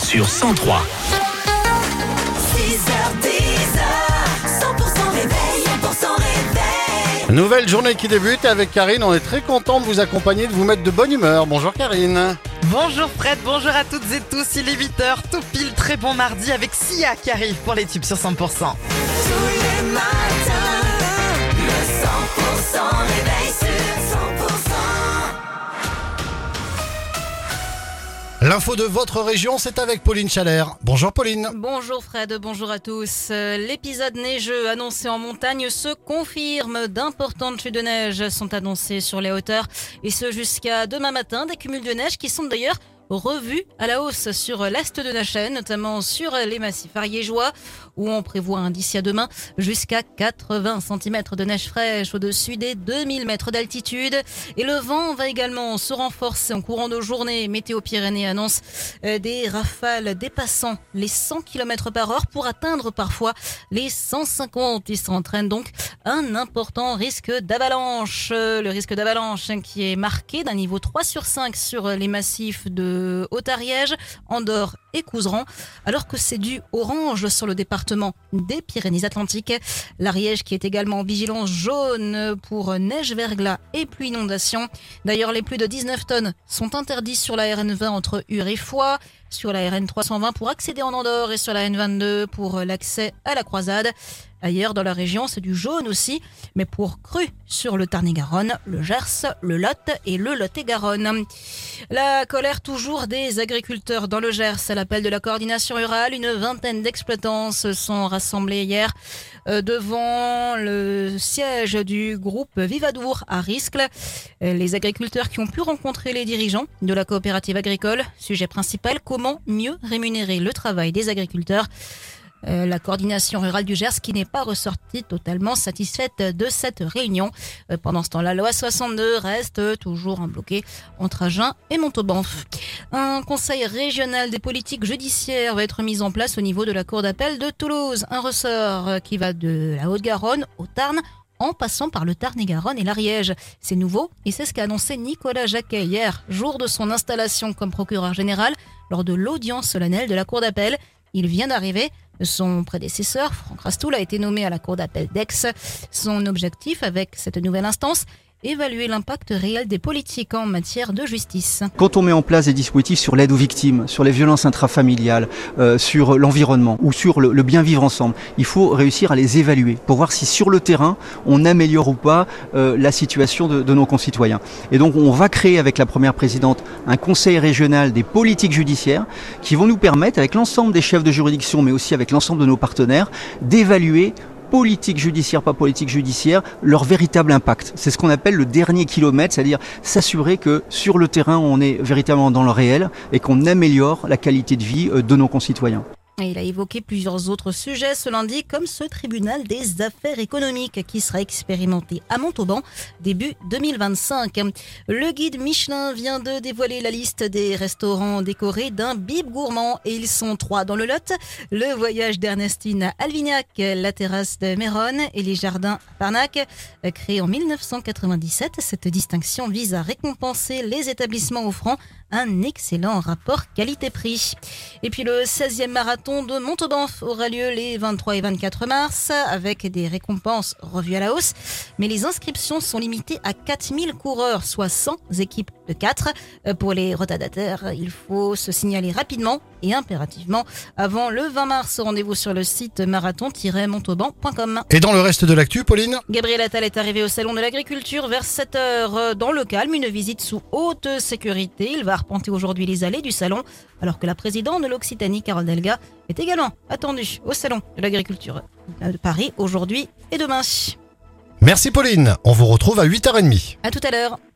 sur 103. 6h10, 100% réveil, 100% réveil. Nouvelle journée qui débute avec Karine, on est très content de vous accompagner, de vous mettre de bonne humeur. Bonjour Karine. Bonjour Fred, bonjour à toutes et tous, il est 8h, tout pile, très bon mardi avec Sia qui arrive pour les tubes sur 100%. Tous les matins, le 100% réveil sur 100%. L'info de votre région, c'est avec Pauline Chalère. Bonjour Pauline. Bonjour Fred, bonjour à tous. L'épisode neigeux annoncé en montagne se confirme. D'importantes chutes de neige sont annoncées sur les hauteurs et ce jusqu'à demain matin. Des cumuls de neige qui sont d'ailleurs revus à la hausse sur l'est de la chaîne, notamment sur les massifs ariégeois où on prévoit d'ici à demain jusqu'à 80 cm de neige fraîche au-dessus des 2000 mètres d'altitude. Et le vent va également se renforcer en courant de journée. Météo Pyrénées annonce des rafales dépassant les 100 km par heure pour atteindre parfois les 150. Il s'entraîne donc un important risque d'avalanche. Le risque d'avalanche qui est marqué d'un niveau 3 sur 5 sur les massifs de Haute-Ariège, Andorre et Couserans, alors que c'est du orange sur le département des Pyrénées-Atlantiques. L'Ariège qui est également en vigilance jaune pour neige, verglas et pluie inondation. D'ailleurs, les plus de 19 tonnes sont interdits sur la RN20 entre Ur et Foix, sur la RN 320 pour accéder en Andorre et sur la N22 pour l'accès à la Croisade. Ailleurs dans la région, c'est du jaune aussi, mais pour cru sur le Tarn-et-Garonne, le Gers, le Lot et le Lot-et-Garonne. La colère toujours des agriculteurs dans le Gers à l'appel de la coordination rurale. Une vingtaine d'exploitants se sont rassemblés hier devant le siège du groupe Vivadour à Riscle. Les agriculteurs qui ont pu rencontrer les dirigeants de la coopérative agricole. Sujet principal, comment mieux rémunérer le travail des agriculteurs. La coordination rurale du Gers qui n'est pas ressortie totalement satisfaite de cette réunion. Pendant ce temps, la loi 62 reste toujours bloquée entre Agen et Montauban. Un conseil régional des politiques judiciaires va être mis en place au niveau de la cour d'appel de Toulouse. Un ressort qui va de la Haute-Garonne au Tarn, en passant par le Tarn-et-Garonne et l'Ariège. C'est nouveau et c'est ce qu'a annoncé Nicolas Jacquet hier, jour de son installation comme procureur général, lors de l'audience solennelle de la cour d'appel. Il vient d'arriver. Son prédécesseur, Franck Rastoul, a été nommé à la cour d'appel d'Aix. Son objectif avec cette nouvelle instance, évaluer l'impact réel des politiques en matière de justice. Quand on met en place des dispositifs sur l'aide aux victimes, sur les violences intrafamiliales, sur l'environnement ou sur le bien vivre ensemble, il faut réussir à les évaluer pour voir si sur le terrain on améliore ou pas la situation de nos concitoyens. Et donc on va créer avec la première présidente un conseil régional des politiques judiciaires qui vont nous permettre, avec l'ensemble des chefs de juridiction mais aussi avec l'ensemble de nos partenaires, d'évaluer politique judiciaire, pas politique judiciaire, leur véritable impact. C'est ce qu'on appelle le dernier kilomètre, c'est-à-dire s'assurer que sur le terrain, on est véritablement dans le réel et qu'on améliore la qualité de vie de nos concitoyens. Et il a évoqué plusieurs autres sujets ce lundi, comme ce tribunal des affaires économiques qui sera expérimenté à Montauban début 2025. Le guide Michelin vient de dévoiler la liste des restaurants décorés d'un bib gourmand et ils sont 3 dans le Lot. Le voyage d'Ernestine à Alvignac, la terrasse de Méronne et les jardins à Parnac. Créé en 1997, cette distinction vise à récompenser les établissements offrant un excellent rapport qualité-prix. Et puis le 16e marathon de Montauban aura lieu les 23 et 24 mars avec des récompenses revues à la hausse. Mais les inscriptions sont limitées à 4000 coureurs, soit 100 équipes de 4. Pour les retardataires, il faut se signaler rapidement et impérativement avant le 20 mars. Rendez-vous sur le site marathon-montauban.com. Et dans le reste de l'actu, Pauline ? Gabriel Attal est arrivé au salon de l'agriculture vers 7h dans le calme, une visite sous haute sécurité. Il va arpenter aujourd'hui les allées du salon, alors que la présidente de l'Occitanie, Carole Delga, est également attendue au salon de l'agriculture de Paris aujourd'hui et demain. Merci Pauline, on vous retrouve à 8h30. À tout à l'heure.